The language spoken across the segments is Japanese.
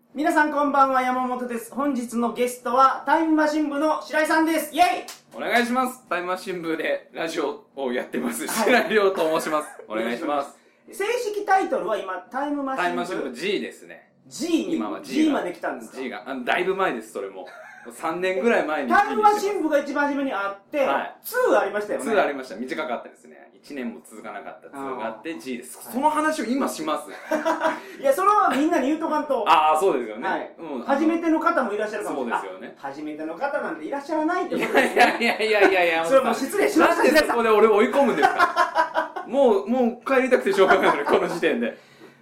皆さんこんばんは、山本です。本日のゲストはタイムマシン部の白井さんです。イェイ。 お願いします。タイムマシン部でラジオをやってます、白井亮と申します。お願いします。 正式タイトルは今タイムマシン部。 タイムマシン部 G ですね。 G に今は G まで来たんですか。 G がだいぶ前です。それも3年ぐらい前にタイムマシン部が一番初めにあって、はい、2ありましたよね。 2ありました。短かったですね。1年も続かなかった2があって G です。その話を今します。 いや、それはみんなに言うとかんと。 ああ、そうですよね、 はい、初めての方もいらっしゃるかもしれない。 そうですよね。 初めての方なんていらっしゃらないってことですね。 いやそれも失礼しました。 なんでそこで俺追い込むんですか。もう帰りたくてしょうがないのに、この時点で。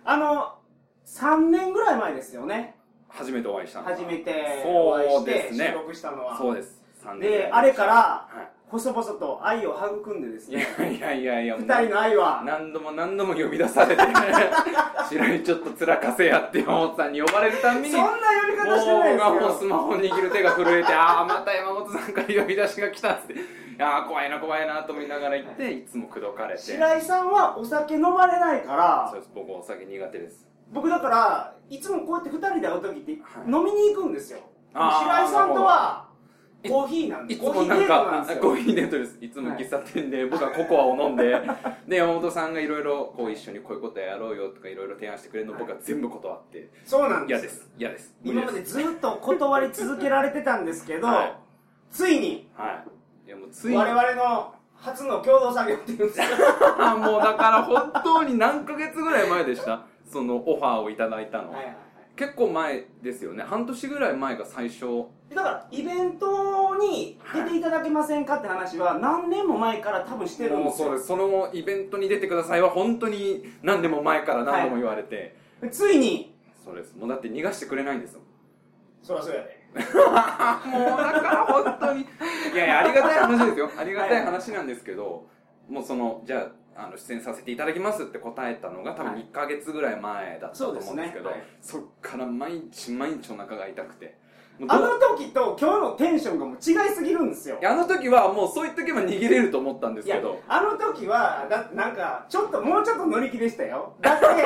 3年ぐらい前ですよね。 初めてお会いしたの。 初めてお会いして収録したのは。 そうです。3年で、あれから、細々と愛を育んでですね。 いや、 二人の愛は。 何度も呼び出されて、白井ちょっと辛かせやって山本さんに呼ばれるたんびに、 そんな呼び方してないですよ。 もうスマホ握る手が震えて、また山本さんから呼び出しが来たって。怖いなと思いながら行って、いつも口説かれて。 白井さんはお酒飲まれないから。 そうです、僕お酒苦手です。 僕だから、いつもこうやって二人で会う時って飲みに行くんですよ。白井さんとは、コーヒーなんです。 いつもなんか、コーヒーデートです。いつも喫茶店で僕はココアを飲んで、で、山本さんがいろいろ一緒にこういうことやろうよとかいろいろ提案してくれるのを僕は全部断って。 そうなんです。 嫌です。 今までずっと断り続けられてたんですけど、ついに、我々の初の共同作業っていうんですか。 もうだから本当に何ヶ月ぐらい前でした。そのオファーをいただいたの。結構前ですよね。半年ぐらい前が最初。 だからイベントに出ていただけませんかって話は何年も前から多分してるんですよ。 そうです。そのイベントに出てくださいは本当に何年も前から何度も言われて、 ついに。 そうです。もうだって逃がしてくれないんですよ。 そりゃそうやで。 もうだから本当にいやありがたい話ですよ。ありがたい話なんですけど、もうじゃあ出演させていただきますって答えたのが多分1ヶ月ぐらい前だったと思うんですけど、そっから毎日お腹が痛くて、 あの時と今日のテンションがもう違いすぎるんですよ。 あの時はもうそう言っとけば逃げれると思ったんですけど、 あの時はなんかもうちょっと乗り気でしたよ。だって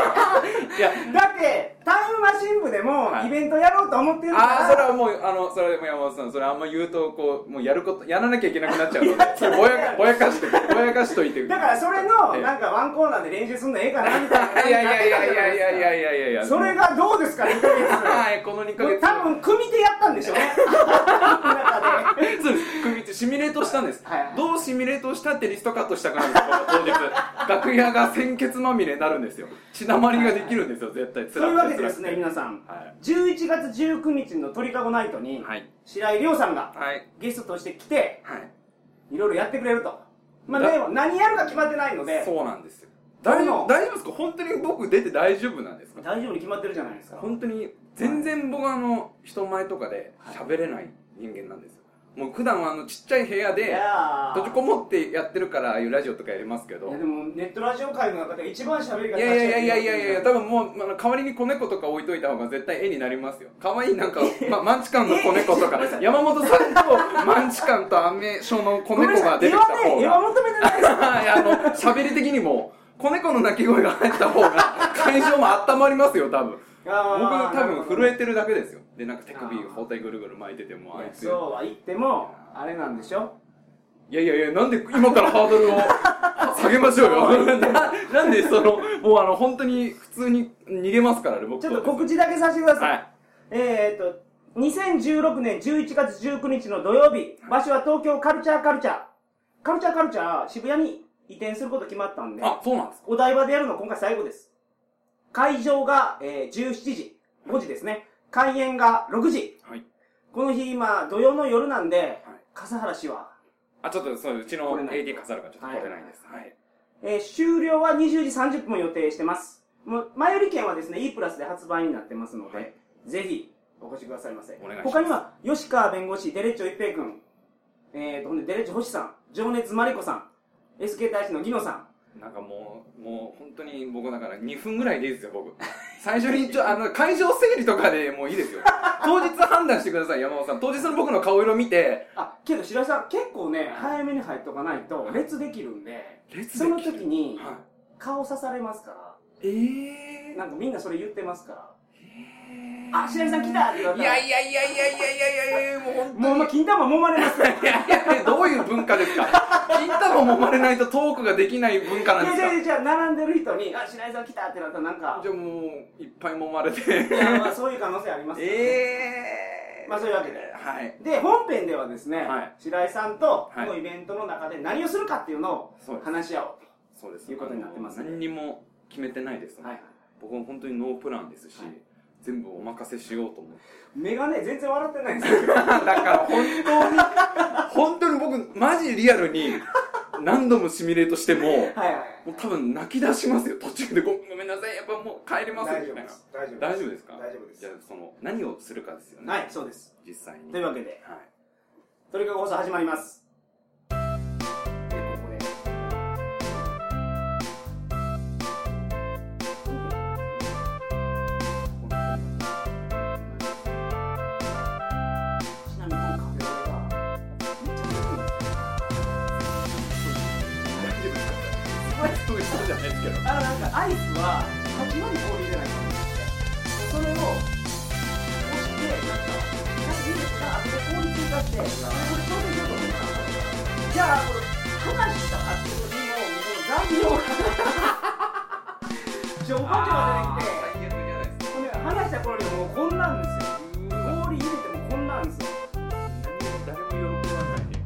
タイムマシン部でもイベントやろうと思ってるから。 それはもうそれでも山本さん、それあんま言うともうやらなきゃいけなくなっちゃうので、それぼやかしといて。 だからそれのなんかワンコーナーで練習すんのええかなみたいな。 いやそれがどうですか2ヶ月。 はいこの2ヶ月。 多分組手やったんでしょうね。 そうです。組手シミュレートしたんです。どうシミュレートしたってリストカットしたかなんですよ。当日楽屋が鮮血まみれになるんですよ。血だまりができるんですよ絶対。 というわけでですね、皆さん、11月19日の鳥かごナイトに白井亮さんがゲストとして来て、いろいろやってくれると。何やるか決まってないので。 そうなんですよ。大丈夫ですか？本当に僕出て大丈夫なんですか？ 大丈夫に決まってるじゃないですか。 本当に全然僕人前とかで喋れない人間なんですよ。もう普段はちっちゃい部屋で閉じこもってやってるから、ああいうラジオとかやりますけど。 でもネットラジオ界の中で一番喋りがいや多分もう代わりに子猫とか置いといた方が絶対絵になりますよ。可愛いなんかマンチカンの子猫とか山本さんとマンチカンとアメショの子猫が出てきた方が絵は求めてないですか？ 喋り的にも子猫の鳴き声が入った方が会場も温まりますよ多分。僕多分震えてるだけですよ。でなんか手首包帯ぐるぐる巻いててもそうは言ってもあれなんでしょ。 いやなんで今からハードルを下げましょうよ。なんでもう本当に普通に逃げますからね僕。 ちょっと告知だけさせてください。2016年11月19日の土曜日、場所は東京カルチャー渋谷に移転すること決まったんで。 そうなんですか。 お台場でやるの今回最後です。会場が、17時、5時ですね。開演が6時。この日、土曜の夜なんで、笠原氏は。 ちょっとうちの AD 笠原がちょっと来れないです。 終了は20時30分を予定してます。前売り券はですね、E プラスで発売になってますので、ぜひお越しくださいませ。他には、吉川弁護士、デレッチョ一平君、デレッチョ星さん、情熱マリコさん、SK 大使のギノさん。 なんかもう本当に僕だから2分ぐらいでいいですよ僕。最初に会場整理とかでもういいですよ。当日判断してください山本さん。当日の僕の顔色見て。 けど白井さん結構ね、早めに入っとかないと列できるんで、その時に顔刺されますから。なんかみんなそれ言ってますから。 あ、白井さん来たって言ったら。 いや、もう本当に。 もう金玉揉まれますよ。 いや、どういう文化ですか。金玉揉まれないとトークができない文化なんですか。 じゃあ並んでる人に、あ、白井さん来たってなったらなんか。 じゃあもう、いっぱい揉まれて。 いや、まあそういう可能性ありますよね。まあそういうわけで。 はい。 で、本編ではですね、白井さんとこはいのイベントの中で何をするかっていうのを話し合おうと。 そうです。 いうことになってますね。 何にも決めてないです。はい。僕も本当にノープランですし、全部お任せしようと思って。 目がね、全然笑ってないんですよ。 だから本当に僕、マジリアルに何度もシミュレートしても、もう多分泣き出しますよ。途中でごめんなさい、やっぱもう帰りますみたいな。大丈夫ですか？ 大丈夫です。 じゃあ何をするかですよね。 はい、そうです。 実際に。 というわけで、鳥かご放送始まります。なんかアイスは8割氷入れないとそれを押してなんか入れたら後で氷追加してこれ調整しようと思ったらじゃあこれ話した後にも残業情報が出てきて話した頃にはもうこんなんですよ。氷入れてもこんなんですよ。 誰も喜ばないね。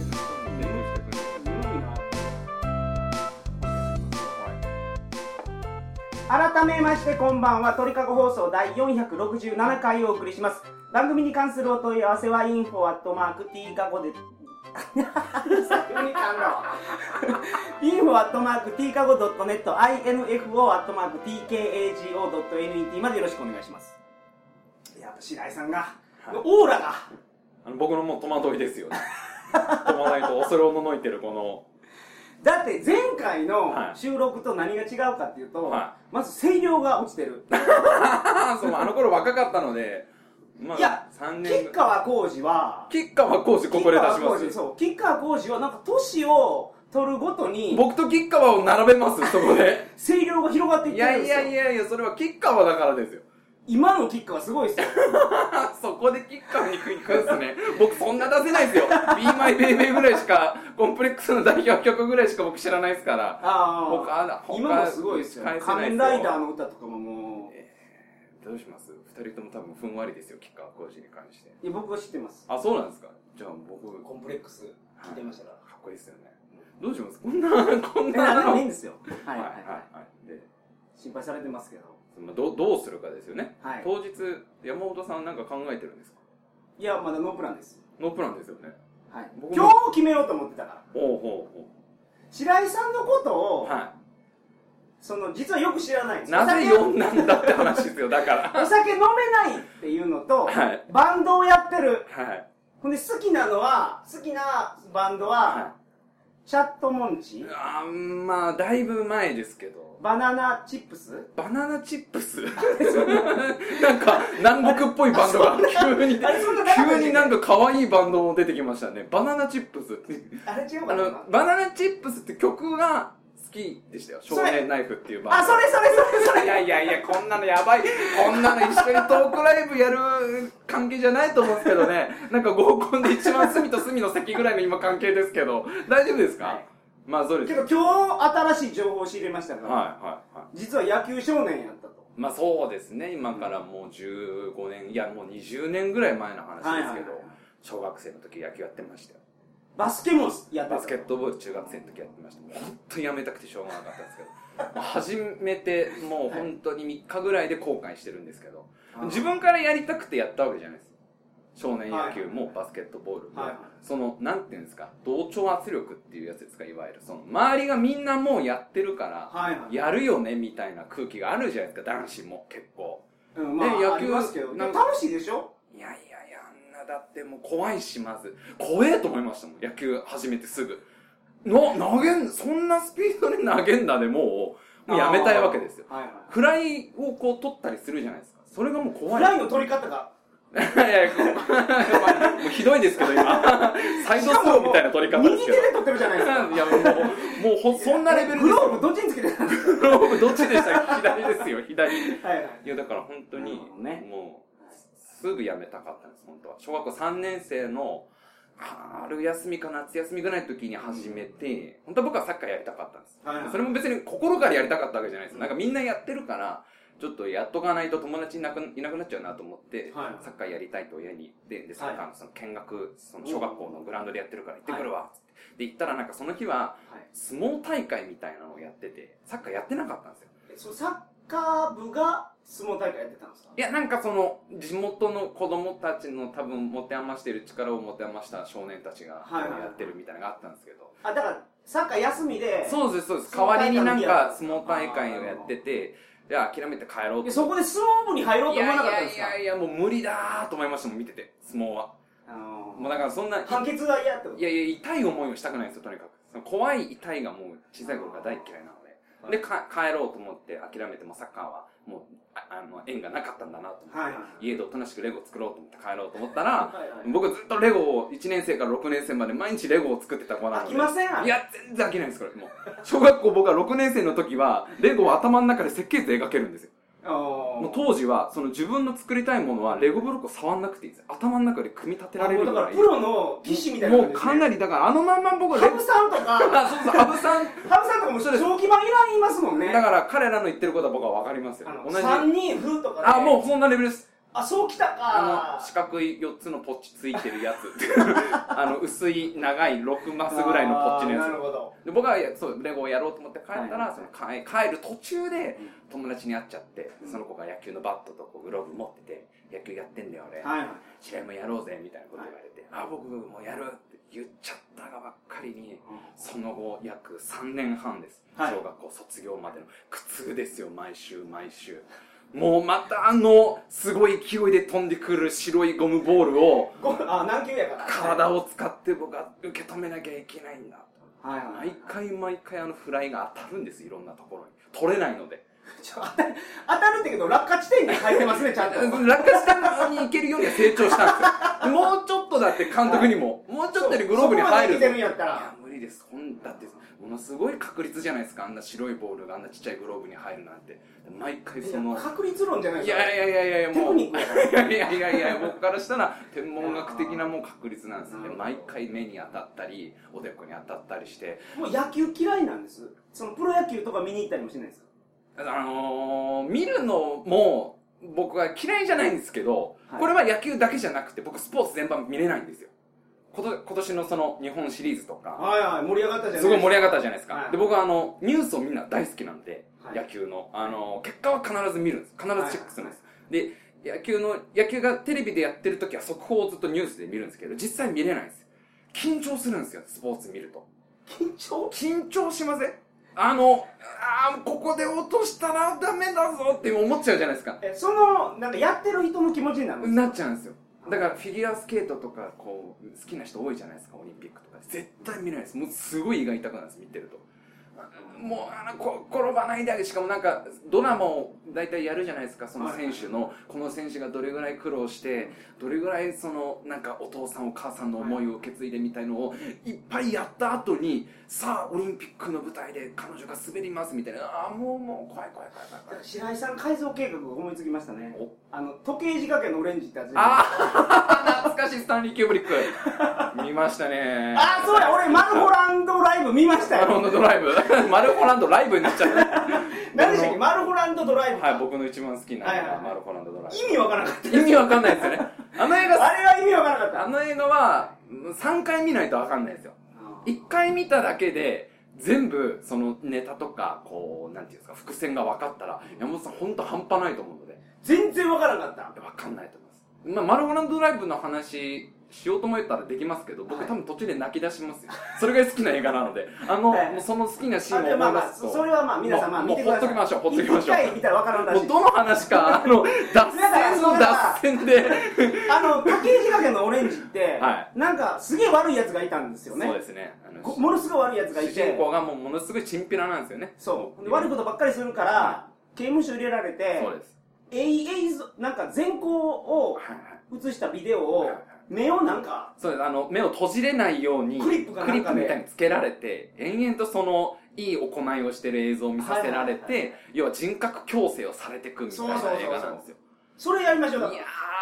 改めましてこんばんは。鳥かご放送第467回をお送りします。番組に関するお問い合わせは info@tkago でinfo@tkago.net info@tkago.net までよろしくお願いします。やっぱ白井さんが、オーラが僕のもう戸惑いですよね。戸惑いと恐れおののいてるこの。 だって前回の収録と何が違うかっていうと、まず声量が落ちてる。 そうあの頃若かったので、 まあ、いや、吉川晃司はここで出します。 そう、吉川晃司はなんか年を取るごとに僕と吉川を並べますそこで。 声量が広がっていってるんですよ。 いやそれは吉川だからですよ。 今の吉川すごいですよ。 そこで吉川に行くんですね。僕そんな出せないですよ。Be My Baby ぐらいしか、コンプレックスの代表曲ぐらいしか僕知らないですから。 今もすごいですよ。仮面ライダーの歌とかももう。どうします？二人とも多分ふんわりですよ、吉川晃司に関して。 いや、僕は知ってます。 あ、そうなんですか。じゃあ僕コンプレックス聞いてましたから。 かっこいいですよね。どうします？こんなのいいんですよ。はいで心配されてますけど。 どうするかですよね。当日山本さんなんか考えてるんですか？ いや、まだノープランです。 ノープランですよね。 はい。今日決めようと思ってたから。白井さんのことを、実はよく知らないんです。 なぜ呼んだんだって話ですよ。だからお酒飲めないっていうのと、バンドをやってる。ほんで好きなバンドは、チャットモンチ。 まあだいぶ前ですけど。 バナナチップスなんか南国っぽいバンドが急になんか可愛いバンドも出てきましたね。バナナチップス。 あれ違うかな。 バナナチップスって曲が好きでしたよ。少年ナイフっていうバンド。 それ。 いや、こんなのやばい。こんなの一緒にトークライブやる関係じゃないと思うんですけどね。なんか合コンで一番隅と隅の席ぐらいの今関係ですけど、大丈夫ですか？まあそうです。 けど今日新しい情報を知りましたから、実は野球少年やったと。 まあそうですね。今からもう15年、いやもう20年ぐらい前の話ですけど、小学生の時野球やってましたよ。 バスケもやってた。 バスケットボール中学生の時やってました。本当にやめたくてしょうがなかったんですけど、初めてもう本当に3日ぐらいで後悔してるんですけど、自分からやりたくてやったわけじゃないです。少年野球もバスケットボールも、なんていうんですか、同調圧力っていうやつですか、いわゆる周りがみんなもうやってるからやるよねみたいな空気があるじゃないですか。男子も結構野球楽しいでしょ。 いやあんなだってもう怖いし、まず怖えと思いましたもん。野球始めてすぐそんなスピードで投げんだでもうやめたいわけですよ。フライをこう取ったりするじゃないですか。それがもう怖い。 フライの取り方がもうひどいですけど今サイドスローみたいな取り方ですけど、 右手で取ってるじゃないですか。 いやもうそんなレベルです。 グローブどっちにつけてたんですか？ グローブどっちでした？左ですよ、左。いやだから本当にもうすぐ辞めたかったんです、本当は。小学校3年生の春休みか夏休みぐらいの時に始めて、本当は僕はサッカーやりたかったんです。それも別に心からやりたかったわけじゃないです。なんかみんなやってるから、ちょっとやっとかないと友達いなくなっちゃうなと思って、サッカーやりたいと親に言って、で、サッカーのその見学、その小学校のグラウンドでやってるから行ってくるわ、つって。で、行ったらなんかその日は、相撲大会みたいなのをやってて、サッカーやってなかったんですよ。 そのサッカー部が相撲大会やってたんですか？ いや、なんかその、地元の子供たちの多分持て余している力を持て余した少年たちがやってるみたいなのがあったんですけど。 だからサッカー休みで。 そうです、そうです。代わりになんか相撲大会をやってて、じゃあ諦めて帰ろうと。 そこで相撲部に入ろうと思わなかったんですか？ いや、もう無理だーと思いましたもん、見てて、相撲は。もうだからそんな。 判決が嫌ってこと？ いや、痛い思いをしたくないんですよ、とにかく。その怖い痛いがもう小さい頃から大嫌いなので。で、帰ろうと思って諦めてもサッカーはもう、縁がなかったんだなと思って、家でおとなしくレゴ作ろうと思って帰ろうと思ったら、僕ずっとレゴを1年生から6年生まで毎日レゴを作ってた子なので。 飽きません？ いや、全然飽きないです、これ。もう。小学校僕は6年生の時は、レゴを頭の中で設計図描けるんですよ。もう当時はその自分の作りたいものはレゴブロックを触んなくていいんです。頭の中で組み立てられるぐらい。 だからプロの騎士みたいな感じですね。もうかなりだからまんま僕は羽生さんとかそう羽生さんとかも長期版いらんいますもんね。 だから彼らの言ってることは僕は分かりますよ。 同じ3人風とかね。もうそんなレベルです。 そうきたか。 四角い4つのポッチついてるやつ薄い長い6マスぐらいのポッチのやつ。 なるほど。 で僕はそうレゴをやろうと思って帰ったら、その帰る途中で友達に会っちゃって、その子が野球のバットとグローブ持ってて、野球やってんだよ俺、試合もやろうぜみたいなこと言われて、僕もやるって言っちゃったがばっかりに、その後約3年半です、小学校卒業までの苦痛ですよ。毎週もうまたすごい勢いで飛んでくる白いゴムボールを何球やから体を使って僕は受け止めなきゃいけないんだ。毎回フライが当たるんです。いろんなところに取れないので。 当たるってけど落下地点に入ってますね、ちゃんと。 落下地点に行けるようには成長したんですよ。もうちょっとだって監督にも、もうちょっとでグローブに入る。 いや無理です。だってものすごい確率じゃないですか。あんな白いボールがあんなちっちゃいグローブに入るなんて。毎回その確率論じゃないですか。 いやもうテクニックいや僕からしたら天文学的なもう確率なんですね。毎回目に当たったりおでこに当たったりして。 もう野球嫌いなんです。そのプロ野球とか見に行ったりもしないですか？ 見るのも僕は嫌いじゃないんですけど、これは野球だけじゃなくて僕スポーツ全般見れないんですよ。今年のその日本シリーズとか盛り上がったじゃないですか。 すごい盛り上がったじゃないですか。で僕はニュースをみんな大好きなんで、野球の結果は必ず見るんです。必ずチェックするんです。で野球がテレビでやってる時は速報をずっとニュースで見るんですけど、実際見れないんです。緊張するんですよ、スポーツ見ると。緊張しません？ここで落としたらダメだぞって思っちゃうじゃないですか。 なんかやってる人の気持ちになるんですか？ なっちゃうんですよ。だからフィギュアスケートとか好きな人多いじゃないですか、オリンピックとか。絶対見ないです。もうすごい胃が痛くなるんです、見てると。もう転ばないで、しかもなんかドラマを大体やるじゃないですか。その選手のこの選手がどれぐらい苦労してどれぐらいなんかお父さんお母さんの思いを受け継いでみたいのをいっぱいやった後に、さあオリンピックの舞台で彼女が滑りますみたいな、もう怖い。 白井さん改造計画を思いつきましたね。時計仕掛けのオレンジってやつ。 懐かしい。スタンリー・キューブリック見ましたね。 そうや、俺マルホランドライブ見ましたよ。 マルホランドドライブマルホランドライブになっちゃう。 何でしたっけ？マルホランドドライブ。 僕の一番好きなマルホランドドライブ。 意味わからなかった。 意味わかんないですよね。あれは意味わからなかった。 あの映画は3回見ないとわかんないですよ。1回見ただけで全部そのネタとかなんていうんですか、伏線が分かったら山本さん本当半端ないと思うので。 全然わからなかった。 わかんないと思います。マルホランドドライブの話しようと思ったらできますけど、僕多分途中で泣き出しますよ。それぐらい好きな映画なので、もうその好きなシーンを思い出すと、 それは皆さん見てください。 もうほっときましょう。 一回見たらわからんらしい。 もうどの話か脱線で時計仕掛けのオレンジってなんかすげえ悪いやつがいたんですよね。 そうですね。 ものすごい悪いやつがいて、 主人公がものすごいチンピラなんですよね。 そう悪いことばっかりするから刑務所入れられて、 そうです。 映像なんか全光を映したビデオを目をなんかそうです。目を閉じれないようにクリップみたいにつけられて、延々とそのいい行いをしてる映像を見させられて、要は人格矯正をされていくみたいな映画なんですよ。 それやりましょう。 いや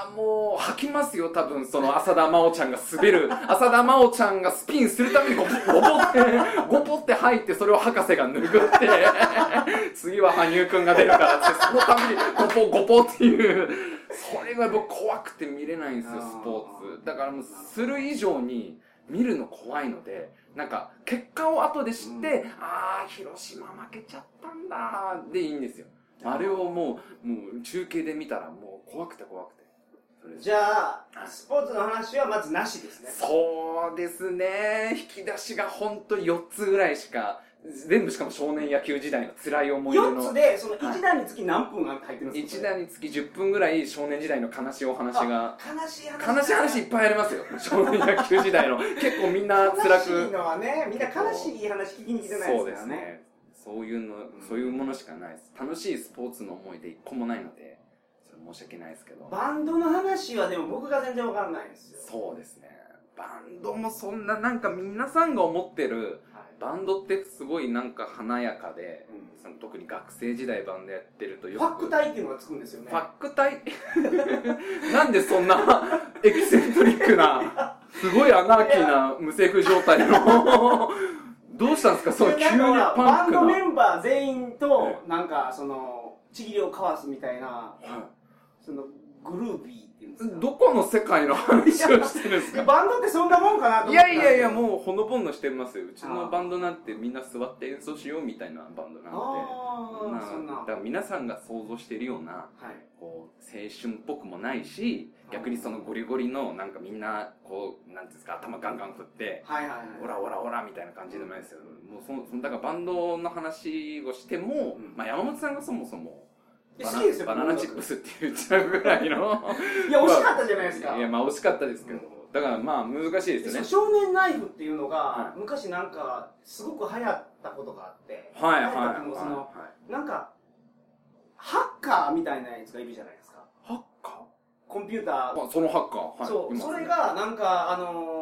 もう吐きますよ多分。その浅田真央ちゃんが滑る浅田真央ちゃんがスピンするためにゴポって吐いて、それを博士が拭って次は羽生くんが出るからって、そのためにゴポっていう、それが僕怖くて見れないんですよ、スポーツ。だからもうする以上に見るの怖いので、なんか結果を後で知って、ああ広島負けちゃったんだでいいんですよ。あれをもう中継で見たらもう怖くて。 じゃあスポーツの話はまずなしですね。 そうですね。引き出しが本当に4つぐらいしか、全部しかも少年野球時代の辛い思い出の。 4つでその1弾につき何分入ってるんですか。 1弾につき10分ぐらい少年時代の悲しいお話が。 悲しい話いっぱいありますよ。少年野球時代の。結構みんな辛く。 悲しいのはね、みんな悲しい話聞きに来てないですからね。 そうですね。そういうものしかないです。楽しいスポーツの思い出1個もないので、それ申し訳ないですけど。 バンドの話はでも僕が全然わからないんですよ。 そうですね。バンドもそんななんか皆さんが思ってる、バンドってすごいなんか華やかで、その特に学生時代バンドやってるとよく。 ファック隊っていうのがつくんですよね。 ファック隊なんでそんなエキセントリックな、すごいアナーキーな無政府状態のどうしたんですか、その急にパンクな。 バンドメンバー全員と、なんか、その、ちぎりを交わすみたいな、その、グルービーっていうんですか。 どこの世界の話をしてるんですか。 バンドってそんなもんかなと思って。 いや、もうほのぼんのしてますよ。うちのバンドなんてみんな座って演奏しようみたいなバンドなので。だから皆さんが想像しているような、こう、青春っぽくもないし、逆にそのゴリゴリのなんかみんなこうなんていうんですか、頭ガンガン振ってオラオラオラみたいな感じでもないですよ。もうだからバンドの話をしても、まあ山本さんがそもそもバナナチップスって言っちゃうぐらいのいや惜しかったじゃないですか。 いやまあ惜しかったですけど、だからまあ難しいですよね。 少年ナイフっていうのが昔なんかすごく流行ったことがあって、なんかハッカーみたいなやつがいるじゃないですか。 ハッカー、 コンピューター、 そのハッカー、 そう、それがなんか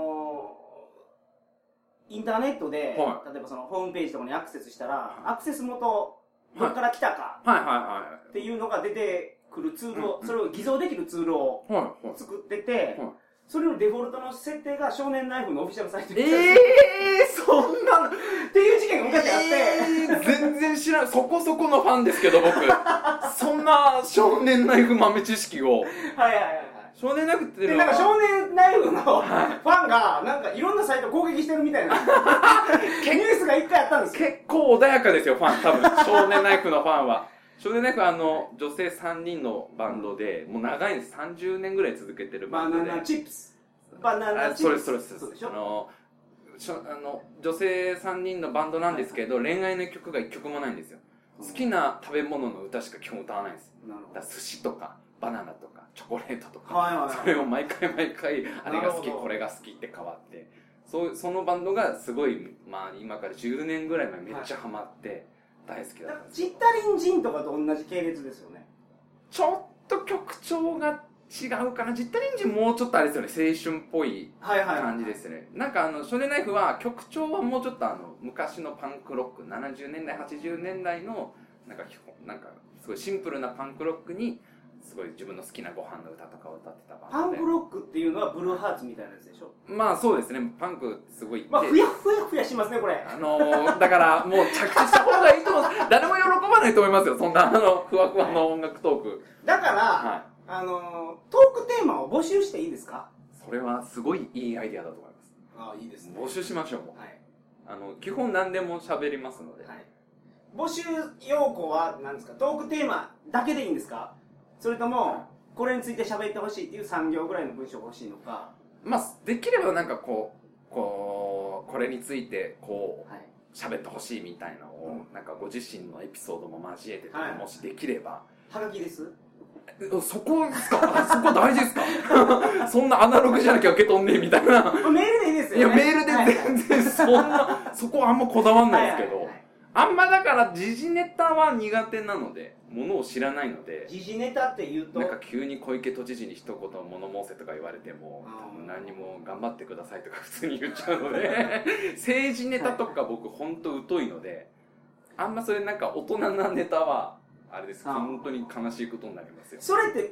インターネットで、例えばそのホームページとかにアクセスしたら、アクセス元どこから来たかっていうのが出てくるツールを、それを偽造できるツールを作ってて、それのデフォルトの設定が少年ナイフのオフィシャルサイトにそんなっていう事件が昔あって、 全然知らない。そこそこのファンですけど僕そんな少年ナイフ豆知識を。少年ナイフってでなんか少年ナイフのファンがなんかいろんなサイト攻撃してるみたいなニュースが一回あったんですよ。 結構穏やかですよファン、多分少年ナイフのファンは。少年ナイフは女性3人のバンドで、もう長いです。30年ぐらい続けてるバンドで。 バナナチップス。バナナチップス。 それ。女性3人のバンドなんですけど、恋愛の曲が1曲もないんですよ。好きな食べ物の歌しか基本歌わないんです。だから寿司とかバナナとかチョコレートとか、それを毎回あれが好きこれが好きって変わって、そのバンドがすごい、まあ今から10年ぐらい前めっちゃハマって大好きだったんです。 ジッタリンジンとかと同じ系列ですよね。 ちょっと曲調が違うかな。ジッタリンジンもうちょっとあれですよね、青春っぽい感じですね。なんか少年ナイフは曲調はもうちょっと昔のパンクロック、70年代80年代のなんかすごいシンプルなパンクロックにすごい自分の好きなご飯の歌とかを歌ってたバンドで。 パンクロックっていうのはブルーハーツみたいなやつでしょ。 まあそうですね、パンクすごい。 まあふやしますねこれ。 だからもう着地した方がいいと思う。誰も喜ばないと思いますよ、そんなふわふわの音楽トーク。 だから、トークテーマを募集していいですか。 それはすごいいいアイディアだと思います。 ああいいですね。 募集しましょう。基本何でも喋りますので。 募集要項は何ですか。トークテーマだけでいいんですか、それともこれについて喋ってほしいっていう3行ぐらいの文章が欲しいのか。 まあできればなんかこれについて喋ってほしいみたいなのを、なんかご自身のエピソードも交えてとか、もしできれば。 はがきです。 そこですか。そこ大事ですかそんなアナログじゃなきゃ受け取んねえみたいな。 メールでいいですよね。 いやメールで全然そこはあんまこだわんないですけど、あんまだから時事ネタは苦手なので、ものを知らないので。 時事ネタって言うとなんか急に小池都知事に一言物申せとか言われても、多分何も頑張ってくださいとか普通に言っちゃうので政治ネタとか僕本当疎いので、あんまそれなんか大人なネタはあれです。本当に悲しいことになりますよ。 それって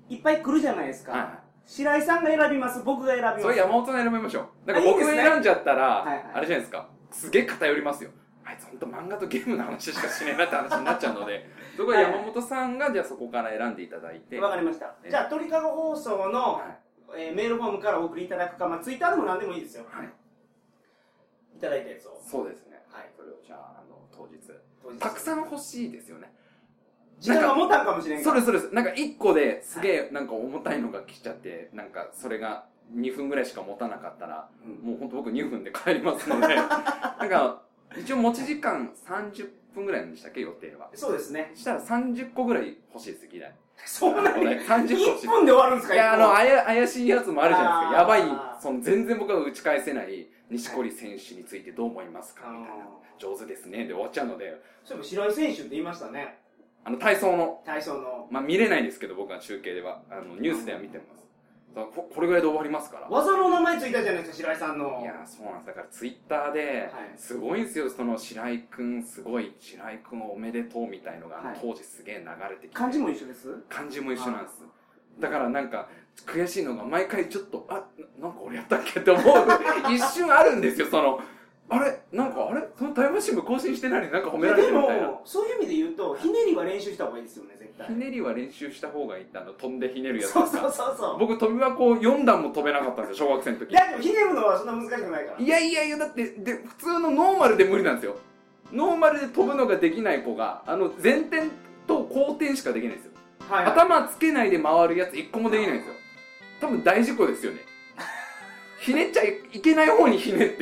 いっぱい来るじゃないですか、はい、白井さんが選びます、僕が選びます。 それ山本さん選びましょう。だから僕選んじゃったら、あれじゃないですか、すげえ偏りますよ。あいつ本当漫画とゲームの話しかしねえなって話になっちゃうので、そこは山本さんがじゃあそこから選んでいただいて。 わかりました。じゃあ鳥かご放送の、メールフォームからお送りいただくか、ツイッターでも何でもいいですよ。はい。いただいたやつを。 そうですね。はい。それをじゃあ当日たくさん欲しいですよね。 時間が持たんかもしれんから。 そうです。なんか1個ですげえなんか重たいのが来ちゃって、なんかそれが2分ぐらいしか持たなかったら、もう本当僕2分で帰りますので、なんか一応持ち時間30分ぐらいでしたっけ、予定は。 そうですね。 したら30個ぐらい欲しいです、議題。 そうなんだ。 30個欲しい。 1分で終わるんですか？ いや、怪しいやつもあるじゃないですか。やばい、全然僕が打ち返せない錦織選手についてどう思いますかみたいな。上手ですね。で終わっちゃうので。 そういえば白井選手って言いましたね。 体操の。見れないですけど、僕は中継では。ニュースでは見てます。これぐらいで終わりますから。 技の名前ついたじゃないですか、白井さんの。 いや、そうなんです。だからツイッターで、すごいんですよ、その白井くんすごい、白井くんおめでとうみたいのが、当時すげえ流れてきて。 漢字も一緒です？ 漢字も一緒なんです。だからなんか、悔しいのが毎回ちょっと、なんか俺やったっけって思う一瞬あるんですよ、あれそのタイムマシン部更新してないのになんか褒められてるみたいな。 でも、そういう意味で言うと、ひねりは練習した方がいいですよね、絶対。 ひねりは練習した方がいいって、飛んでひねるやつ。 そう。 僕、飛び箱4段も飛べなかったんですよ、小学生の時。 いや、でもひねるのはそんな難しくないから。 いや、だって、普通のノーマルで無理なんですよ。ノーマルで飛ぶのができない子が、前転と後転しかできないんですよ。頭つけないで回るやつ1個もできないんですよ。多分大事故ですよね。ひねっちゃいけない方にひねって。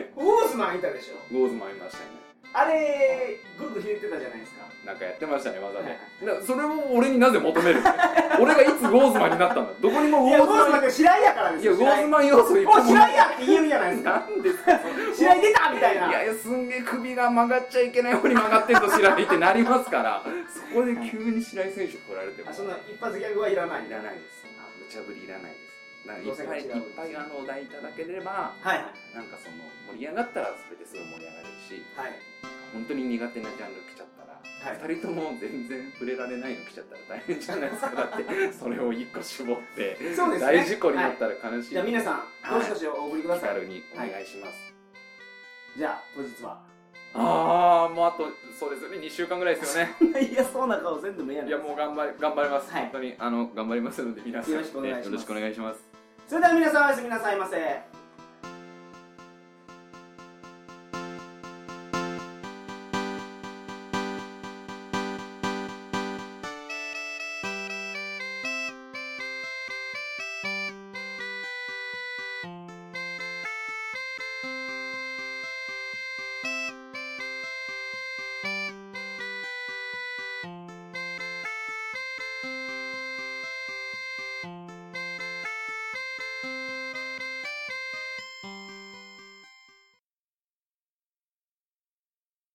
ウォーズマンいたでしょ。 ウォーズマンいましたね。 あれ、ぐるぐるひねってたじゃないですか。 なんかやってましたね、技で。それを俺になぜ求めるの？俺がいつウォーズマンになったんだ。どこにもウォーズマン。 ウォーズマンって白井やからですよ。 いや、ウォーズマン要素一個も。 白井やって言えるじゃないですか。 なんですか。 白井出たみたいな。 いや、すんげえ首が曲がっちゃいけない方に曲がってると白井ってなりますから、そこで急に白井選手振られても。 そんな一発ギャグはいらない。 いらないです。無茶ぶりいらないです。いっぱいお題いただければ、なんか盛り上がったらそれですごい盛り上がれるし、本当に苦手なジャンル来ちゃったら、2人とも全然触れられないの来ちゃったら大変じゃないですか。だってそれを1個絞って大事故になったら悲しい。 じゃあ皆さんどしどしお送りください。 気軽にお願いします。 じゃあ当日はもうあとそうですよね、2週間ぐらいですよね。 いや、そうな顔せんでもいいやん。 いや、もう頑張ります。本当に頑張りますので皆さんよろしくお願いします。 それでは皆さんおやすみなさいませ。